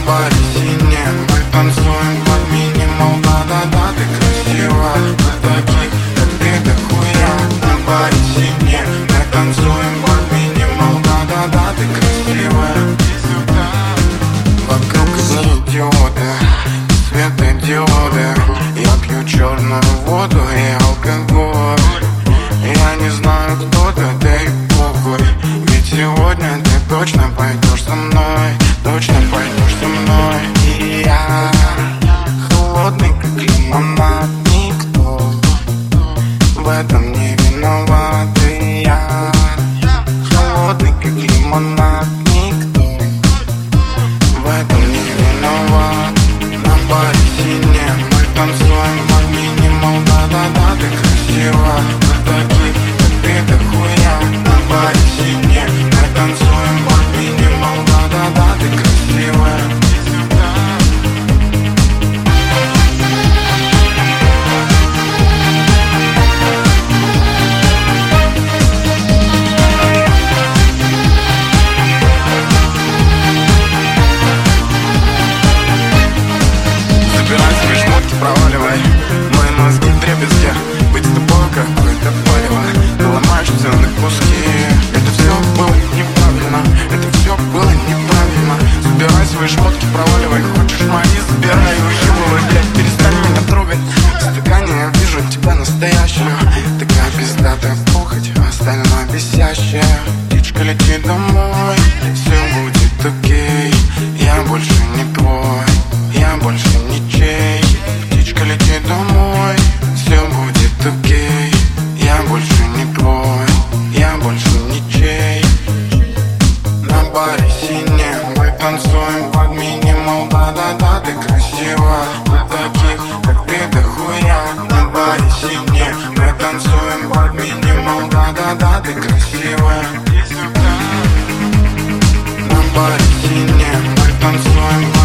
баре синем мы танцуем под минимал. Да-да-да, ты красива, для таких, как ты, дохуя. На баре синем мы танцуем под минимал. Да-да-да, ты красивая. Вокруг одни диоды, светодиоды. Я пью черную воду и алкоголь. Я не знаю, кто ты, да и похуй. Ведь сегодня ты точно пойдешь со мной. Точно пойдешь со мной. И я холодный, как лимонад. Никто в этом не виноват. И я холодный, как лимонад. Никто в этом не виноват. На баре синем мы танцуем под минимал. Да-да-да, ты красива, для таких, как ты, дохуя. На баре синем мы танцуем под минимал. Да-да-да, ты красивая. Забирай свои шмотки, проваливай. Мои мозги в дребезге. Быть с тобой какое-то палево. Ты ломаешь все на куски. Это все было неправильно. Это все было неправильно. Забирай свои шмотки, проваливай. Хочешь мои, забирай и уебывай. Блядь, перестань меня трогать. В стакане я вижу тебя настоящую. Такая пиздатая похоть, остальное бесящее. Птичка, лети домой, все будет окей. Я больше не твой, я больше ничей. Птичка, лети домой, все будет окей. Я больше не твой, я больше ничей. На баре синем мы танцуем под минимал. Да-да-да, ты красива, для таких, как ты, дохуя. На баре синем мы танцуем под минимал. Да-да-да, ты красивая. На баре синем мы танцуем